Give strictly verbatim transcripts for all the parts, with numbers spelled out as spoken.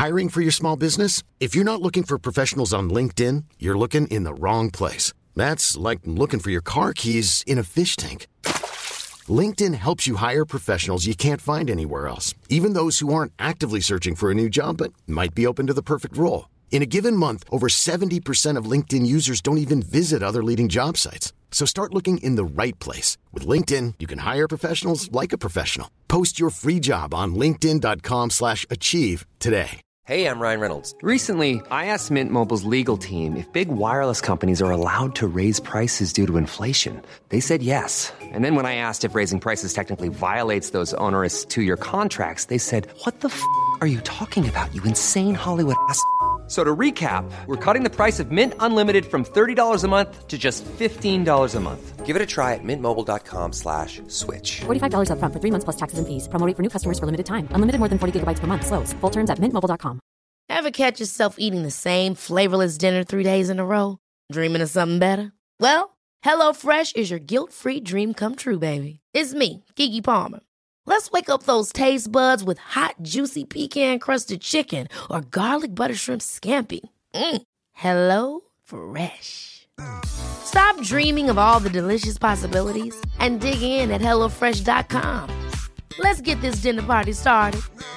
Hiring for your small business? If you're not looking for professionals on LinkedIn, you're looking in the wrong place. That's like looking for your car keys in a fish tank. LinkedIn helps you hire professionals you can't find anywhere else, even those who aren't actively searching for a new job but might be open to the perfect role. In a given month, over seventy percent of LinkedIn users don't even visit other leading job sites. So start looking in the right place. With LinkedIn, you can hire professionals like a professional. Post your free job on linkedin.com slash achieve today. Hey, I'm Ryan Reynolds. Recently, I asked Mint Mobile's legal team if big wireless companies are allowed to raise prices due to inflation. They said yes. And then when I asked if raising prices technically violates those onerous two-year contracts, they said, what the f*** are you talking about, you insane Hollywood ass f- So to recap, we're cutting the price of Mint Unlimited from thirty dollars a month to just fifteen dollars a month. Give it a try at mintmobile.com slash switch. forty-five dollars up front for three months plus taxes and fees. Promo rate for new customers for limited time. Unlimited more than forty gigabytes per month. Slows full terms at mint mobile dot com. Ever catch yourself eating the same flavorless dinner three days in a row? Dreaming of something better? Well, HelloFresh is your guilt-free dream come true, baby. It's me, Keke Palmer. Let's wake up those taste buds with hot, juicy pecan-crusted chicken or garlic butter shrimp scampi. Mm. Hello Fresh. Stop dreaming of all the delicious possibilities and dig in at hello fresh dot com. Let's get this dinner party started.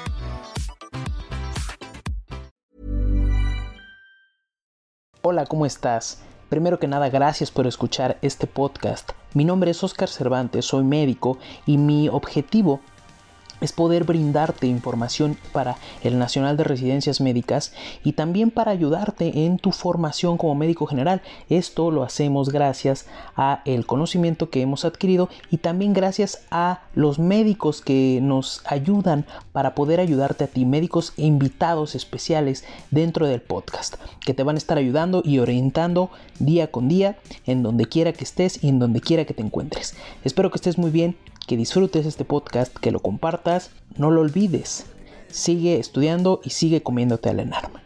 Hola, ¿cómo estás? Primero que nada, gracias por escuchar este podcast. Mi nombre es Oscar Cervantes, soy médico y mi objetivo es poder brindarte información para el Nacional de Residencias Médicas y también para ayudarte en tu formación como médico general. Esto lo hacemos gracias a el conocimiento que hemos adquirido y también gracias a los médicos que nos ayudan para poder ayudarte a ti, médicos e invitados especiales dentro del podcast, que te van a estar ayudando y orientando día con día en donde quiera que estés y en donde quiera que te encuentres. Espero que estés muy bien, que disfrutes este podcast, que lo compartas, no lo olvides. Sigue estudiando y sigue comiéndote al enarma.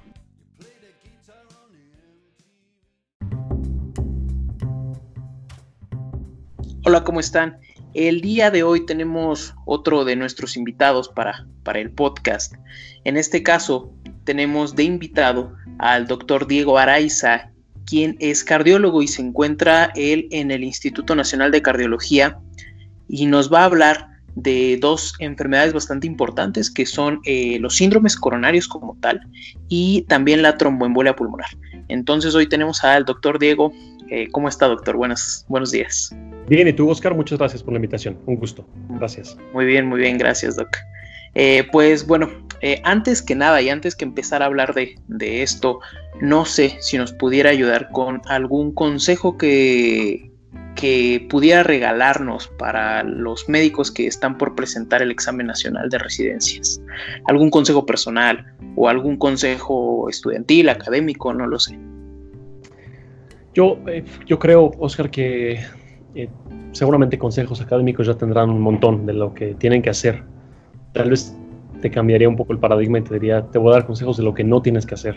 Hola, ¿cómo están? El día de hoy tenemos otro de nuestros invitados para, para el podcast. En este caso, tenemos de invitado al doctor Diego Araiza, quien es cardiólogo y se encuentra él en el Instituto Nacional de Cardiología y nos va a hablar de dos enfermedades bastante importantes que son eh, los síndromes coronarios como tal y también la tromboembolia pulmonar. Entonces hoy tenemos al doctor Diego. Eh, ¿Cómo está, doctor? Buenos, buenos días. Bien, y tú, Oscar, muchas gracias por la invitación. Un gusto. Gracias. Muy bien, muy bien. Gracias, doc. Eh, pues bueno, eh, antes que nada y antes que empezar a hablar de, de esto, no sé si nos pudiera ayudar con algún consejo que... que pudiera regalarnos para los médicos que están por presentar el examen nacional de residencias. Algún consejo personal o algún consejo estudiantil, académico, no lo sé. Yo, eh, yo creo, Oscar, que eh, seguramente consejos académicos ya tendrán un montón de lo que tienen que hacer. Tal vez te cambiaría un poco el paradigma y te diría, te voy a dar consejos de lo que no tienes que hacer.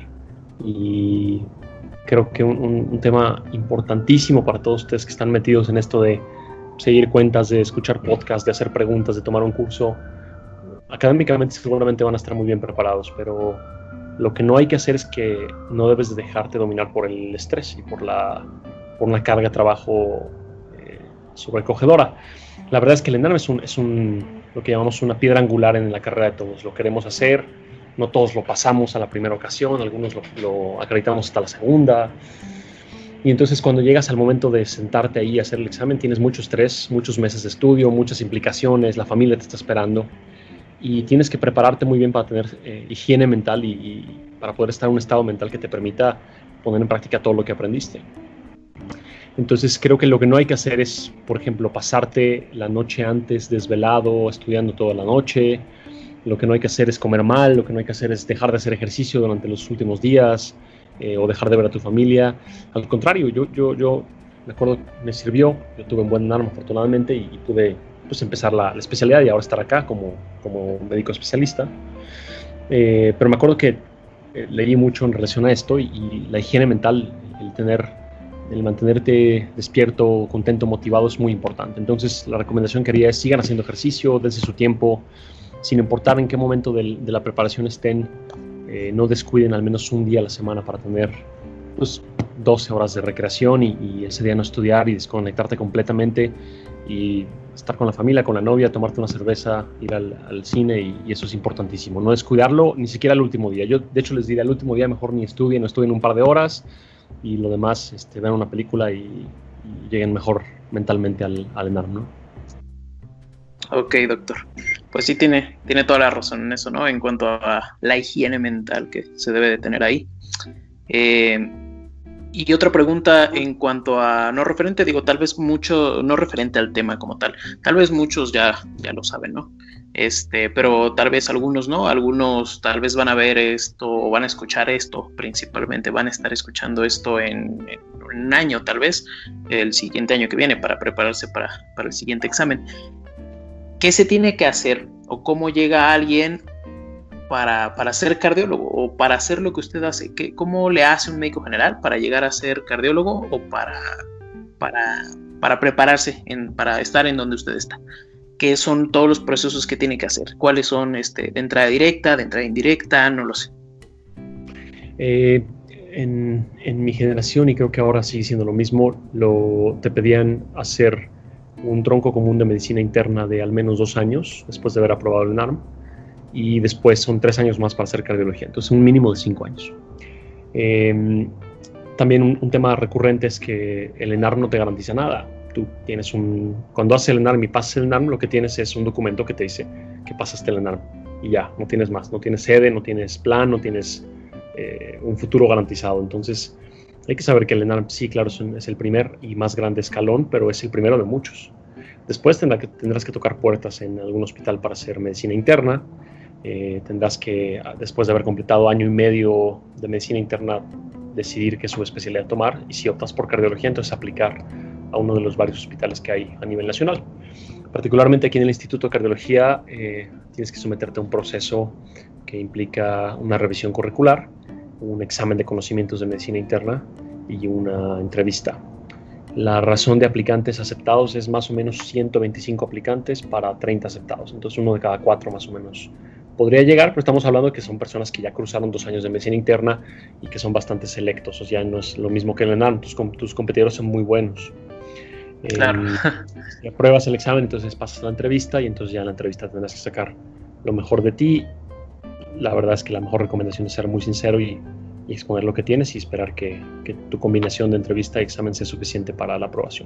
Y creo que un, un, un tema importantísimo para todos ustedes que están metidos en esto de seguir cuentas, de escuchar podcasts, de hacer preguntas, de tomar un curso, académicamente seguramente van a estar muy bien preparados, pero lo que no hay que hacer es que no debes de dejarte dominar por el estrés y por la, por una carga de trabajo eh, sobrecogedora. La verdad es que el ENARM es, un, es un, lo que llamamos una piedra angular en la carrera de todos. Lo queremos hacer, no todos lo pasamos a la primera ocasión, algunos lo, lo acreditamos hasta la segunda. Y entonces cuando llegas al momento de sentarte ahí a hacer el examen, tienes mucho estrés, muchos meses de estudio, muchas implicaciones, la familia te está esperando. Y tienes que prepararte muy bien para tener eh, higiene mental y, y para poder estar en un estado mental que te permita poner en práctica todo lo que aprendiste. Entonces creo que lo que no hay que hacer es, por ejemplo, pasarte la noche antes desvelado, estudiando toda la noche. Lo que no hay que hacer es comer mal, lo que no hay que hacer es dejar de hacer ejercicio durante los últimos días eh, o dejar de ver a tu familia. Al contrario, yo, yo, yo me acuerdo, me sirvió, yo tuve un buen arma afortunadamente y, y pude pues, empezar la, la especialidad y ahora estar acá como, como médico especialista. Eh, pero me acuerdo que eh, leí mucho en relación a esto y, y la higiene mental, el tener, el mantenerte despierto, contento, motivado es muy importante. Entonces la recomendación que haría es sigan haciendo ejercicio, dense su tiempo, sin importar en qué momento del, de la preparación estén, eh, no descuiden al menos un día a la semana para tener pues, doce horas de recreación y, y ese día no estudiar y desconectarte completamente y estar con la familia, con la novia, tomarte una cerveza, ir al, al cine y, y eso es importantísimo. No descuidarlo ni siquiera el último día. Yo de hecho les diría el último día mejor ni estudien, no estudien un par de horas y lo demás este, vean una película y, y lleguen mejor mentalmente al, al ENARM, ¿no? Ok, doctor. Pues sí tiene, tiene toda la razón en eso, ¿no? En cuanto a la higiene mental que se debe de tener ahí. Eh, y otra pregunta en cuanto a no referente, digo, tal vez mucho, no referente al tema como tal. Tal vez muchos ya, ya lo saben, ¿no? Este, pero tal vez algunos no, algunos tal vez van a ver esto o van a escuchar esto, principalmente van a estar escuchando esto en, en un año tal vez, el siguiente año que viene para prepararse para, para el siguiente examen. ¿Qué se tiene que hacer o cómo llega alguien para, para ser cardiólogo o para hacer lo que usted hace? ¿Qué, ¿Cómo le hace un médico general para llegar a ser cardiólogo o para, para, para prepararse, en, para estar en donde usted está? ¿Qué son todos los procesos que tiene que hacer? ¿Cuáles son este, de entrada directa, de entrada indirecta? No lo sé. Eh, en, en mi generación, y creo que ahora sigue siendo lo mismo, lo, te pedían hacer un tronco común de medicina interna de al menos dos años después de haber aprobado el ENARM y después son tres años más para hacer cardiología, entonces un mínimo de cinco años. Eh, también un, un tema recurrente es que el ENARM no te garantiza nada. Tú tienes un, cuando haces el ENARM y pasas el ENARM, lo que tienes es un documento que te dice que pasaste el ENARM y ya, no tienes más, no tienes sede, no tienes plan, no tienes eh, un futuro garantizado. Entonces hay que saber que el ENARM sí, claro, es, un, es el primer y más grande escalón, pero es el primero de muchos. Después tendrá que, tendrás que tocar puertas en algún hospital para hacer medicina interna. Eh, tendrás que, después de haber completado año y medio de medicina interna, decidir qué subespecialidad tomar y si optas por cardiología, entonces aplicar a uno de los varios hospitales que hay a nivel nacional. Particularmente aquí en el Instituto de Cardiología eh, tienes que someterte a un proceso que implica una revisión curricular, un examen de conocimientos de medicina interna y una entrevista. La razón de aplicantes aceptados es más o menos ciento veinticinco aplicantes para treinta aceptados, entonces uno de cada cuatro más o menos podría llegar, pero estamos hablando de que son personas que ya cruzaron dos años de medicina interna y que son bastante selectos, o sea, no es lo mismo que el ENARM, tus, tus competidores son muy buenos. Claro. Eh, apruebas el examen, entonces pasas la entrevista y entonces ya en la entrevista tendrás que sacar lo mejor de ti. La verdad es que la mejor recomendación es ser muy sincero y, y exponer lo que tienes y esperar que, que tu combinación de entrevista y examen sea suficiente para la aprobación.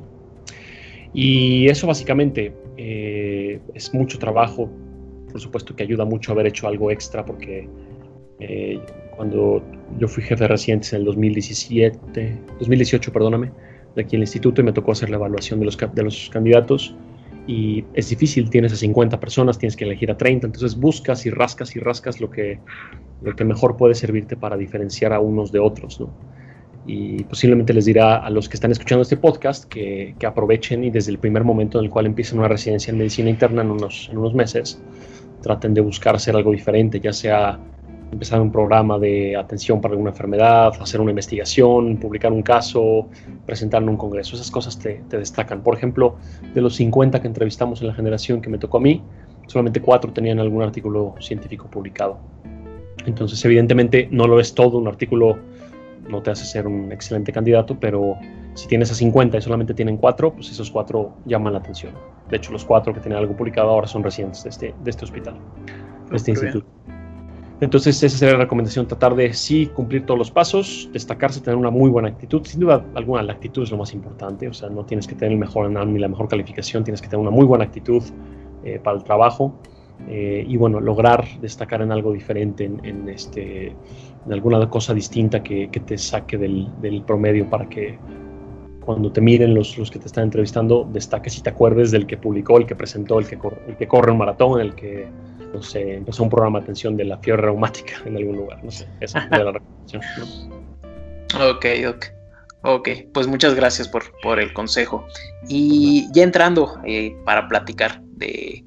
Y eso básicamente eh, es mucho trabajo. Por supuesto que ayuda mucho haber hecho algo extra porque eh, cuando yo fui jefe de residentes en el dos mil diecisiete, dos mil dieciocho, perdóname, de aquí en el instituto y me tocó hacer la evaluación de los, de los candidatos y es difícil, tienes a cincuenta personas, tienes que elegir a treinta, entonces buscas y rascas y rascas lo que, lo que mejor puede servirte para diferenciar a unos de otros, ¿no? Y posiblemente les dirá a los que están escuchando este podcast que, que aprovechen y desde el primer momento en el cual empiezan una residencia en medicina interna en unos, en unos meses, traten de buscar hacer algo diferente, ya sea empezar un programa de atención para alguna enfermedad, hacer una investigación, publicar un caso, presentar en un congreso. Esas cosas te, te destacan. Por ejemplo, de los cincuenta que entrevistamos en la generación que me tocó a mí, solamente cuatro tenían algún artículo científico publicado. Entonces, evidentemente, no lo es todo. Un artículo no te hace ser un excelente candidato, pero si tienes a cincuenta y solamente tienen cuatro, pues esos cuatro llaman la atención. De hecho, los cuatro que tienen algo publicado ahora son residentes de este, de este hospital, de este instituto. Entonces, esa sería la recomendación, tratar de sí cumplir todos los pasos, destacarse, tener una muy buena actitud. Sin duda alguna, la actitud es lo más importante, o sea, no tienes que tener el mejor ENARM ni la mejor calificación, tienes que tener una muy buena actitud eh, para el trabajo eh, y, bueno, lograr destacar en algo diferente, en, en, este, en alguna cosa distinta que, que te saque del, del promedio para que cuando te miren los, los que te están entrevistando, destaques y te acuerdes del que publicó, el que presentó, el que, cor, el que corre un maratón, el que, no sé, empezó un programa de atención de la fiebre reumática en algún lugar, no sé, esa es la recomendación, ¿no? Ok, ok, ok, pues muchas gracias por, por el consejo. Y ya entrando eh, para platicar de,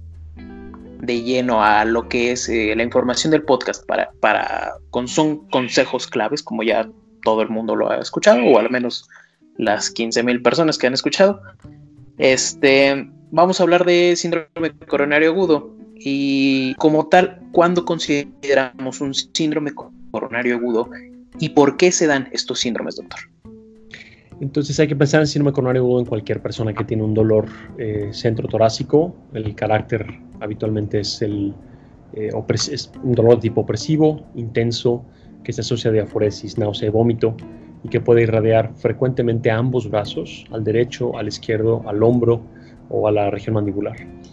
de lleno a lo que es eh, la información del podcast, para, para con, son consejos claves, como ya todo el mundo lo ha escuchado, o al menos las quince mil personas que han escuchado. Este, vamos a hablar de síndrome coronario agudo. Y como tal, ¿cuándo consideramos un síndrome coronario agudo y por qué se dan estos síndromes, doctor? Entonces hay que pensar en síndrome coronario agudo en cualquier persona que tiene un dolor eh, centrotorácico. El carácter habitualmente es, el, eh, opres- es un dolor tipo opresivo, intenso, que se asocia a diaforesis, náusea y vómito, y que puede irradiar frecuentemente a ambos brazos, al derecho, al izquierdo, al hombro o a la región mandibular.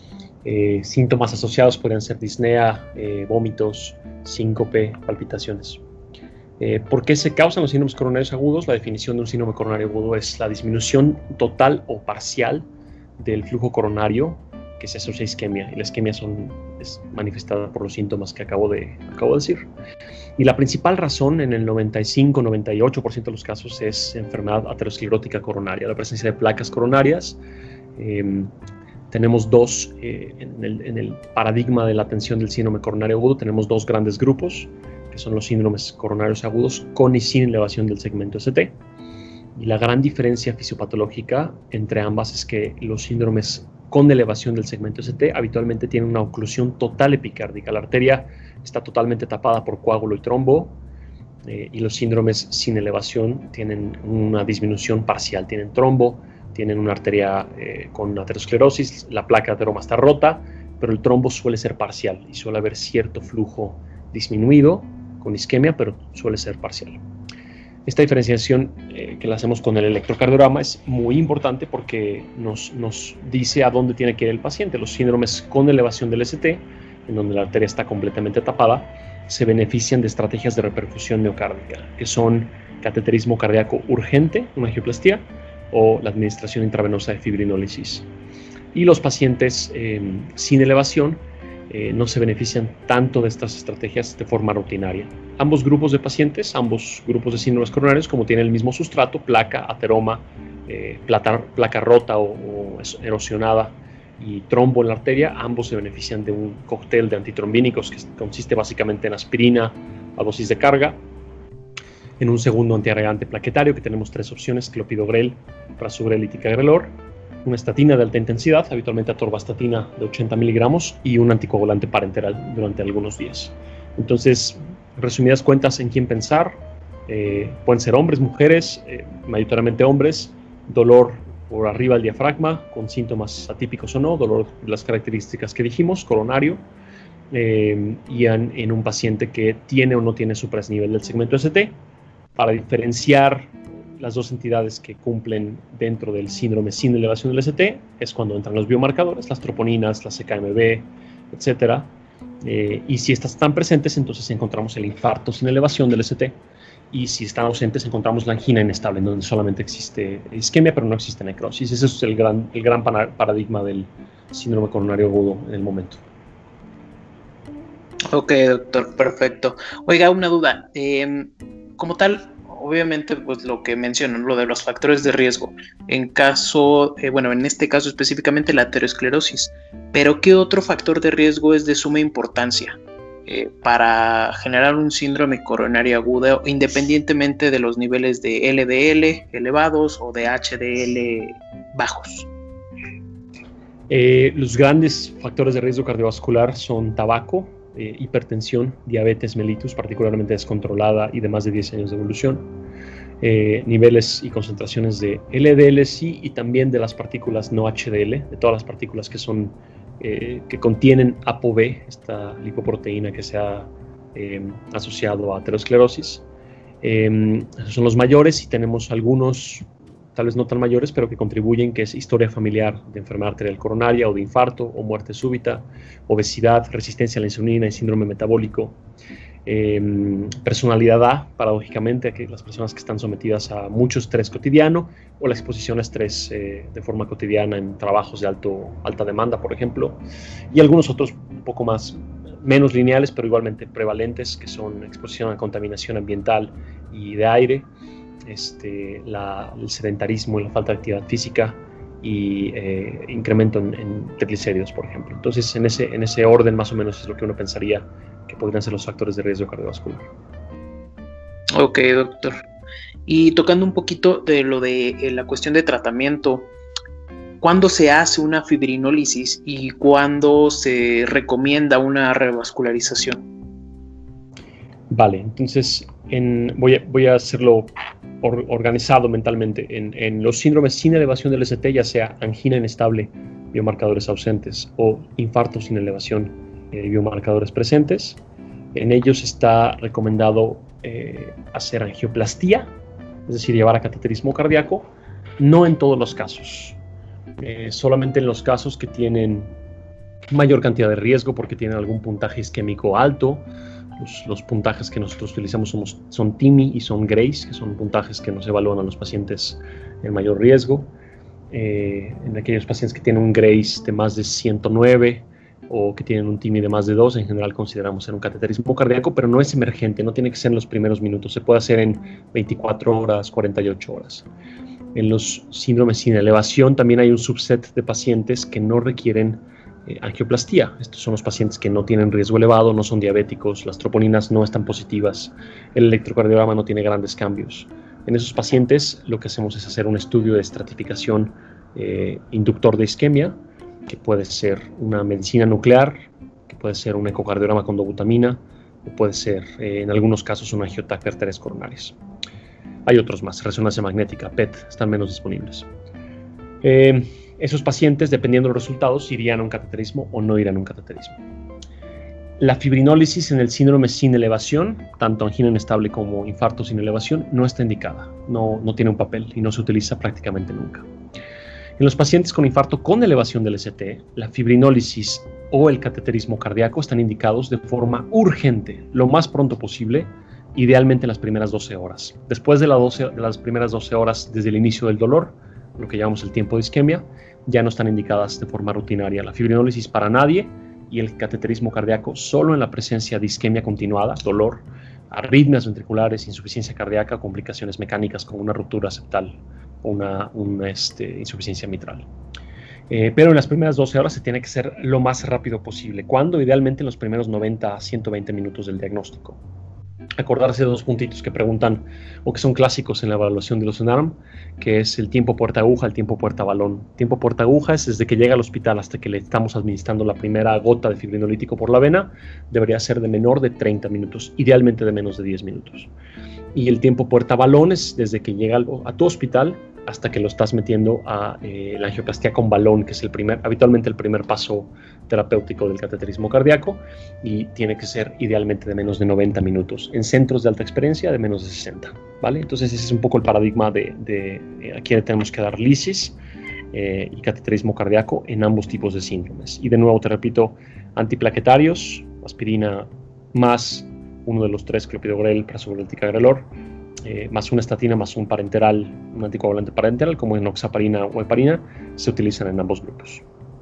Eh, síntomas asociados podrían ser disnea, eh, vómitos, síncope, palpitaciones. Eh, ¿Por qué se causan los síndromes coronarios agudos? La definición de un síndrome coronario agudo es la disminución total o parcial del flujo coronario que se asocia a isquemia, y la isquemia son, es manifestada por los síntomas que acabo de, acabo de decir. Y la principal razón en el noventa y cinco a noventa y ocho por ciento de los casos es enfermedad aterosclerótica coronaria, la presencia de placas coronarias. Eh, tenemos dos, eh, en, el, en el paradigma de la atención del síndrome coronario agudo, tenemos dos grandes grupos, que son los síndromes coronarios agudos con y sin elevación del segmento S T. Y la gran diferencia fisiopatológica entre ambas es que los síndromes con elevación del segmento S T habitualmente tienen una oclusión total epicárdica. La arteria está totalmente tapada por coágulo y trombo, eh, y los síndromes sin elevación tienen una disminución parcial. Tienen trombo, tienen una arteria eh, con aterosclerosis, la placa de ateroma está rota, pero el trombo suele ser parcial y suele haber cierto flujo disminuido con isquemia, pero suele ser parcial. Esta diferenciación eh, que la hacemos con el electrocardiograma es muy importante porque nos, nos dice a dónde tiene que ir el paciente. Los síndromes con elevación del S T, en donde la arteria está completamente tapada, se benefician de estrategias de reperfusión miocárdica, que son cateterismo cardíaco urgente, una angioplastía, o la administración intravenosa de fibrinólisis. Y los pacientes eh, sin elevación Eh, no se benefician tanto de estas estrategias de forma rutinaria. Ambos grupos de pacientes, ambos grupos de síndromes coronarios, como tienen el mismo sustrato, placa, ateroma, eh, plata, placa rota o, o erosionada y trombo en la arteria, ambos se benefician de un cóctel de antitrombínicos que consiste básicamente en aspirina a dosis de carga, en un segundo antiagregante plaquetario, que tenemos tres opciones: clopidogrel, prasugrel y ticagrelor, una estatina de alta intensidad, habitualmente atorvastatina de ochenta miligramos, y un anticoagulante parenteral durante algunos días. Entonces, resumidas cuentas, ¿en quién pensar? Eh, pueden ser hombres, mujeres, eh, mayoritariamente hombres, dolor por arriba del diafragma, con síntomas atípicos o no, dolor de las características que dijimos, coronario, eh, y en, en un paciente que tiene o no tiene supradesnivel del segmento S T. Para diferenciar las dos entidades que cumplen dentro del síndrome sin elevación del S T es cuando entran los biomarcadores, las troponinas, la C K M B, etcétera. Eh, y si estas están presentes, entonces encontramos el infarto sin elevación del S T. Y si están ausentes, encontramos la angina inestable, en donde solamente existe isquemia, pero no existe necrosis. Ese es el gran, el gran paradigma del síndrome coronario agudo en el momento. Ok, doctor, perfecto. Oiga, una duda. Eh, como tal, obviamente, pues lo que mencionan, lo de los factores de riesgo, en caso, eh, bueno, en este caso específicamente la aterosclerosis, pero ¿qué otro factor de riesgo es de suma importancia eh, para generar un síndrome coronario agudo, independientemente de los niveles de L D L elevados o de H D L bajos? Eh, los grandes factores de riesgo cardiovascular son tabaco, Eh, hipertensión, diabetes mellitus, particularmente descontrolada y de más de diez años de evolución, eh, niveles y concentraciones de L D L C y también de las partículas no H D L, de todas las partículas que son eh, que contienen ApoB, esta lipoproteína que se ha eh, asociado a aterosclerosis. Eh, esos son los mayores, y tenemos algunos, tal vez no tan mayores, pero que contribuyen, que es historia familiar de enfermedad arterial coronaria o de infarto o muerte súbita, obesidad, resistencia a la insulina y síndrome metabólico. Eh, personalidad A, paradójicamente, que las personas que están sometidas a mucho estrés cotidiano o la exposición a estrés eh, de forma cotidiana en trabajos de alto, alta demanda, por ejemplo, y algunos otros un poco más, menos lineales, pero igualmente prevalentes, que son exposición a contaminación ambiental y de aire, Este, la, el sedentarismo y la falta de actividad física, y eh, incremento en, en triglicéridos, por ejemplo. Entonces, en ese, en ese orden más o menos es lo que uno pensaría que podrían ser los factores de riesgo cardiovascular. Ok, doctor. Y tocando un poquito de lo de eh, la cuestión de tratamiento, ¿cuándo se hace una fibrinólisis y cuándo se recomienda una revascularización? Vale, entonces en, voy, a, voy a hacerlo or, organizado mentalmente. En, en los síndromes sin elevación del S T, ya sea angina inestable, biomarcadores ausentes, o infarto sin elevación, eh, biomarcadores presentes, en ellos está recomendado eh, hacer angioplastía, es decir, llevar a cateterismo cardíaco, no en todos los casos, eh, solamente en los casos que tienen mayor cantidad de riesgo porque tienen algún puntaje isquémico alto. Los, los puntajes que nosotros utilizamos somos, son T I M I y son Grace, que son puntajes que nos evalúan a los pacientes en mayor riesgo. Eh, en aquellos pacientes que tienen un Grace de más de ciento nueve o que tienen un T I M I de más de dos, en general consideramos ser un cateterismo cardíaco, pero no es emergente, no tiene que ser en los primeros minutos, se puede hacer en veinticuatro horas, cuarenta y ocho horas. En los síndromes sin elevación también hay un subset de pacientes que no requieren eh, angioplastía. Estos son los pacientes que no tienen riesgo elevado, no son diabéticos, las troponinas no están positivas, el electrocardiograma no tiene grandes cambios. En esos pacientes lo que hacemos es hacer un estudio de estratificación eh, inductor de isquemia, que puede ser una medicina nuclear, que puede ser un ecocardiograma con dobutamina, o puede ser eh, en algunos casos un angiotac de arterias coronarias. Hay otros más, resonancia magnética, P E T, están menos disponibles. Eh, esos pacientes, dependiendo de los resultados, irían a un cateterismo o no irían a un cateterismo. La fibrinólisis en el síndrome sin elevación, tanto angina inestable como infarto sin elevación, no está indicada, no, no tiene un papel y no se utiliza prácticamente nunca. En los pacientes con infarto con elevación del S T, la fibrinólisis o el cateterismo cardíaco están indicados de forma urgente, lo más pronto posible, idealmente en las primeras doce horas. Después de, la doce, de las primeras doce horas desde el inicio del dolor, lo que llamamos el tiempo de isquemia, ya no están indicadas de forma rutinaria. La fibrinólisis para nadie y el cateterismo cardíaco solo en la presencia de isquemia continuada, dolor, arritmias ventriculares, insuficiencia cardíaca, complicaciones mecánicas como una ruptura septal o una, una este, insuficiencia mitral. Eh, pero en las primeras doce horas se tiene que ser lo más rápido posible. ¿Cuándo? Idealmente en los primeros noventa a ciento veinte minutos del diagnóstico. Acordarse de dos puntitos que preguntan o que son clásicos en la evaluación de los ENARM, que es el tiempo puerta aguja, el tiempo puerta balón. Tiempo puerta aguja es desde que llega al hospital hasta que le estamos administrando la primera gota de fibrinolítico por la vena, debería ser de menor de treinta minutos, idealmente de menos de diez minutos. Y el tiempo puerta balón es desde que llega a tu hospital hasta que lo estás metiendo a eh, la angioplastía con balón, que es el primer, habitualmente el primer paso terapéutico del cateterismo cardíaco, y tiene que ser idealmente de menos de noventa minutos. En centros de alta experiencia, de menos de sesenta, ¿vale? Entonces ese es un poco el paradigma de, de, de a quién tenemos que dar lisis eh, y cateterismo cardíaco en ambos tipos de síndromes. Y de nuevo te repito, antiplaquetarios, aspirina más uno de los tres, clopidogrel, prasugrel, ticagrelor, Eh, más una estatina, más un parenteral, un anticoagulante parenteral como enoxaparina o heparina, se utilizan en ambos grupos.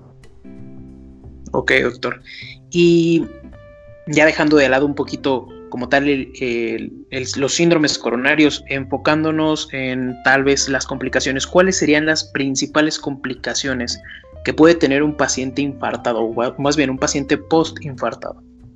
Ok, doctor. Y ya dejando de lado un poquito como tal el, el, el, los síndromes coronarios, enfocándonos en tal vez las complicaciones, ¿cuáles serían las principales complicaciones que puede tener un paciente infartado, o más bien un paciente post-infartado?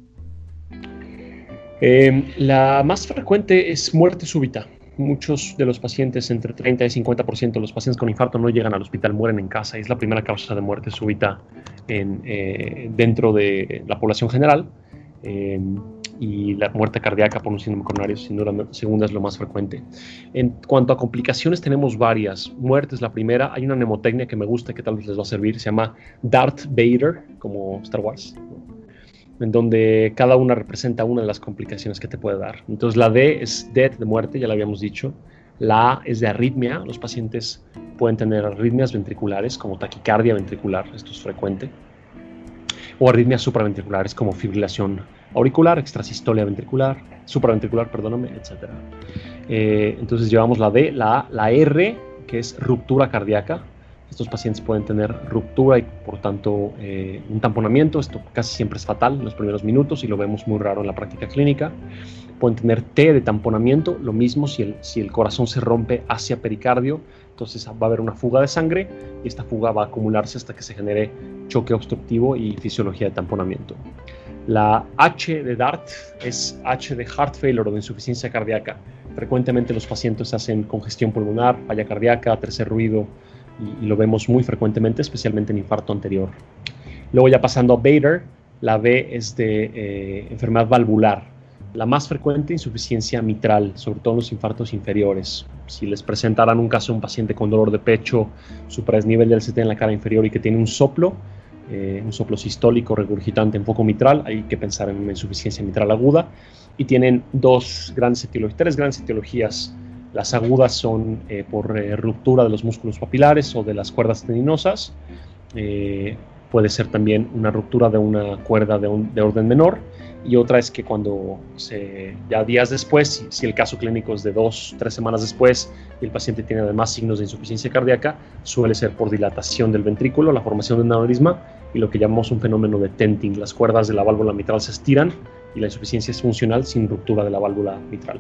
Eh, la más frecuente es muerte súbita. Muchos de los pacientes, entre treinta y cincuenta por ciento de los pacientes con infarto no llegan al hospital, mueren en casa. Es la primera causa de muerte súbita en, eh, dentro de la población general. Eh, y la muerte cardíaca por un síndrome coronario, sin duda, segunda es lo más frecuente. En cuanto a complicaciones, tenemos varias. Muerte es la primera. Hay una mnemotecnia que me gusta, que tal vez les va a servir. Se llama Darth Vader, como Star Wars, en donde cada una representa una de las complicaciones que te puede dar. Entonces la D es death, de muerte, ya lo habíamos dicho. La A es de arritmia. Los pacientes pueden tener arritmias ventriculares como taquicardia ventricular, esto es frecuente, o arritmias supraventriculares como fibrilación auricular, extrasistolia ventricular, supraventricular, perdóname, etcétera. Eh, entonces llevamos la D, la A, la R, que es ruptura cardíaca. Estos pacientes pueden tener ruptura y por tanto eh, un tamponamiento. Esto casi siempre es fatal en los primeros minutos y lo vemos muy raro en la práctica clínica. Pueden tener T de tamponamiento, lo mismo si el, si el corazón se rompe hacia pericardio, entonces va a haber una fuga de sangre y esta fuga va a acumularse hasta que se genere choque obstructivo y fisiología de tamponamiento. La H de DART es H de heart failure o de insuficiencia cardíaca. Frecuentemente los pacientes hacen congestión pulmonar, falla cardíaca, tercer ruido, y, y lo vemos muy frecuentemente, especialmente en infarto anterior. Luego ya pasando a Bader, la B es de eh, enfermedad valvular. La más frecuente, insuficiencia mitral, sobre todo en los infartos inferiores. Si les presentaran un caso de un paciente con dolor de pecho, supradesnivel del L C T en la cara inferior y que tiene un soplo, eh, un soplo sistólico regurgitante en foco mitral, hay que pensar en una insuficiencia mitral aguda. Y tienen dos grandes etiologías, tres grandes etiologías. Las agudas son eh, por eh, ruptura de los músculos papilares o de las cuerdas tendinosas. Eh, puede ser también una ruptura de una cuerda de, un, de orden menor. Y otra es que cuando se, ya días después, si, si el caso clínico es de dos, tres semanas después y el paciente tiene además signos de insuficiencia cardíaca, suele ser por dilatación del ventrículo, la formación de un aneurisma y lo que llamamos un fenómeno de tenting. Las cuerdas de la válvula mitral se estiran y la insuficiencia es funcional sin ruptura de la válvula mitral.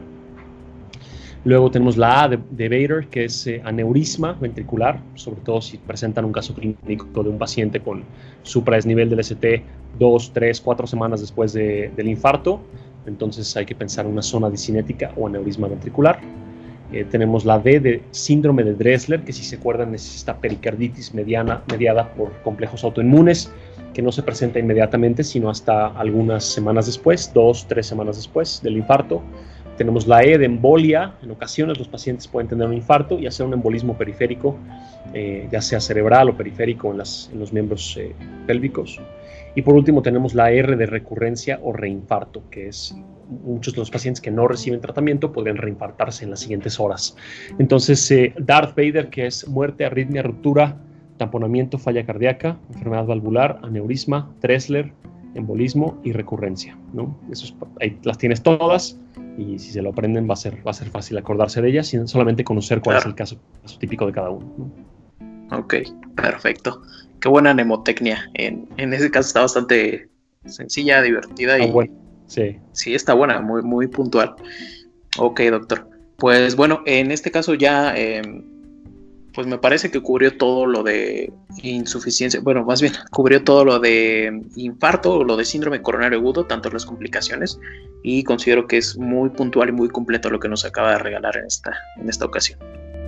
Luego tenemos la A de, de Bader, que es eh, aneurisma ventricular, sobre todo si presentan un caso clínico de un paciente con supradesnivel del S T dos, tres, cuatro semanas después de, del infarto. Entonces hay que pensar en una zona discinética o aneurisma ventricular. Eh, tenemos la D de síndrome de Dressler, que si se acuerdan es esta pericarditis mediana, mediada por complejos autoinmunes, que no se presenta inmediatamente, sino hasta algunas semanas después, dos, tres semanas después del infarto. Tenemos la E de embolia. En ocasiones los pacientes pueden tener un infarto y hacer un embolismo periférico, eh, ya sea cerebral o periférico en, las, en los miembros eh, pélvicos. Y por último tenemos la R de recurrencia o reinfarto, que es muchos de los pacientes que no reciben tratamiento podrían reinfartarse en las siguientes horas. Entonces, eh, Darth Vader, que es muerte, arritmia, ruptura, tamponamiento, falla cardíaca, enfermedad valvular, aneurisma, Dressler, embolismo y recurrencia, ¿no? Eso es, ahí las tienes todas y si se lo aprenden va a ser, va a ser fácil acordarse de ellas, sin solamente conocer cuál claro. es el caso, caso típico de cada uno, ¿no? Ok, perfecto. Qué buena mnemotecnia. En, en ese caso está bastante sencilla, divertida y... Ah, bueno. Sí. Sí, está buena, muy, muy puntual. Ok, doctor. Pues bueno, en este caso ya... Eh, pues me parece que cubrió todo lo de insuficiencia, bueno, más bien cubrió todo lo de infarto, lo de síndrome coronario agudo, tanto las complicaciones, y considero que es muy puntual y muy completo lo que nos acaba de regalar en esta, en esta ocasión.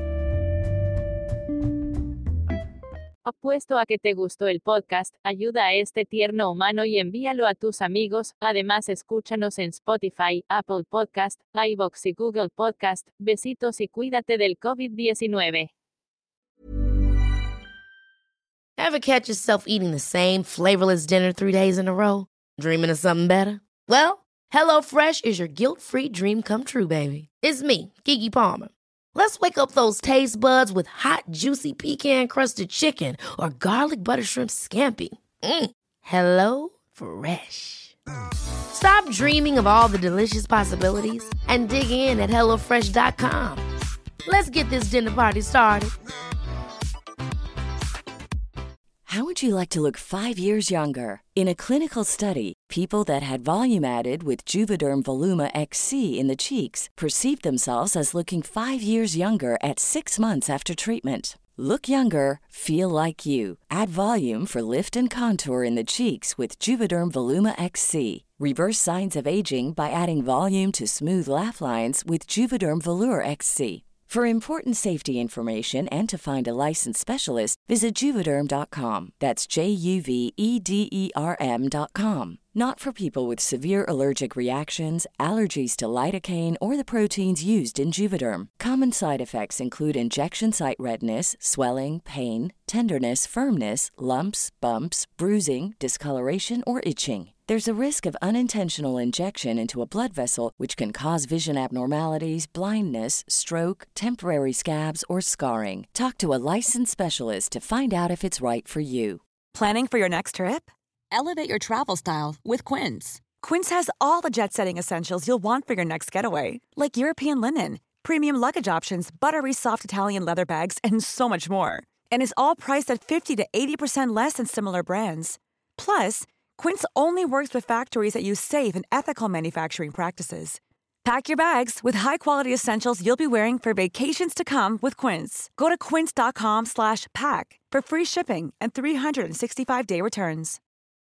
Apuesto a que te gustó el podcast, ayuda a este tierno humano y envíalo a tus amigos. Además, escúchanos en Spotify, Apple Podcast, iVoox y Google Podcast. Besitos y cuídate del COVID diecinueve. Ever catch yourself eating the same flavorless dinner three days in a row? Dreaming of something better? Well, HelloFresh is your guilt-free dream come true, baby. It's me, Keke Palmer. Let's wake up those taste buds with hot, juicy pecan-crusted chicken or garlic butter shrimp scampi. Mm. Hello Fresh. Stop dreaming of all the delicious possibilities and dig in at hello fresh dot com. Let's get this dinner party started. How would you like to look five years younger? In a clinical study, people that had volume added with Juvederm Voluma X C in the cheeks perceived themselves as looking five years younger at six months after treatment. Look younger, feel like you. Add volume for lift and contour in the cheeks with Juvederm Voluma X C. Reverse signs of aging by adding volume to smooth laugh lines with Juvederm Volure X C. For important safety information and to find a licensed specialist, visit Juvederm dot com. That's J U V E D E R M dot com. Not for people with severe allergic reactions, allergies to lidocaine, or the proteins used in Juvederm. Common side effects include injection site redness, swelling, pain, tenderness, firmness, lumps, bumps, bruising, discoloration, or itching. There's a risk of unintentional injection into a blood vessel, which can cause vision abnormalities, blindness, stroke, temporary scabs, or scarring. Talk to a licensed specialist to find out if it's right for you. Planning for your next trip? Elevate your travel style with Quince. Quince has all the jet-setting essentials you'll want for your next getaway, like European linen, premium luggage options, buttery soft Italian leather bags, and so much more. And is all priced at fifty to eighty percent less than similar brands. Plus, Quince only works with factories that use safe and ethical manufacturing practices. Pack your bags with high-quality essentials you'll be wearing for vacations to come with Quince. Go to quince dot com slash pack for free shipping and three sixty-five day returns.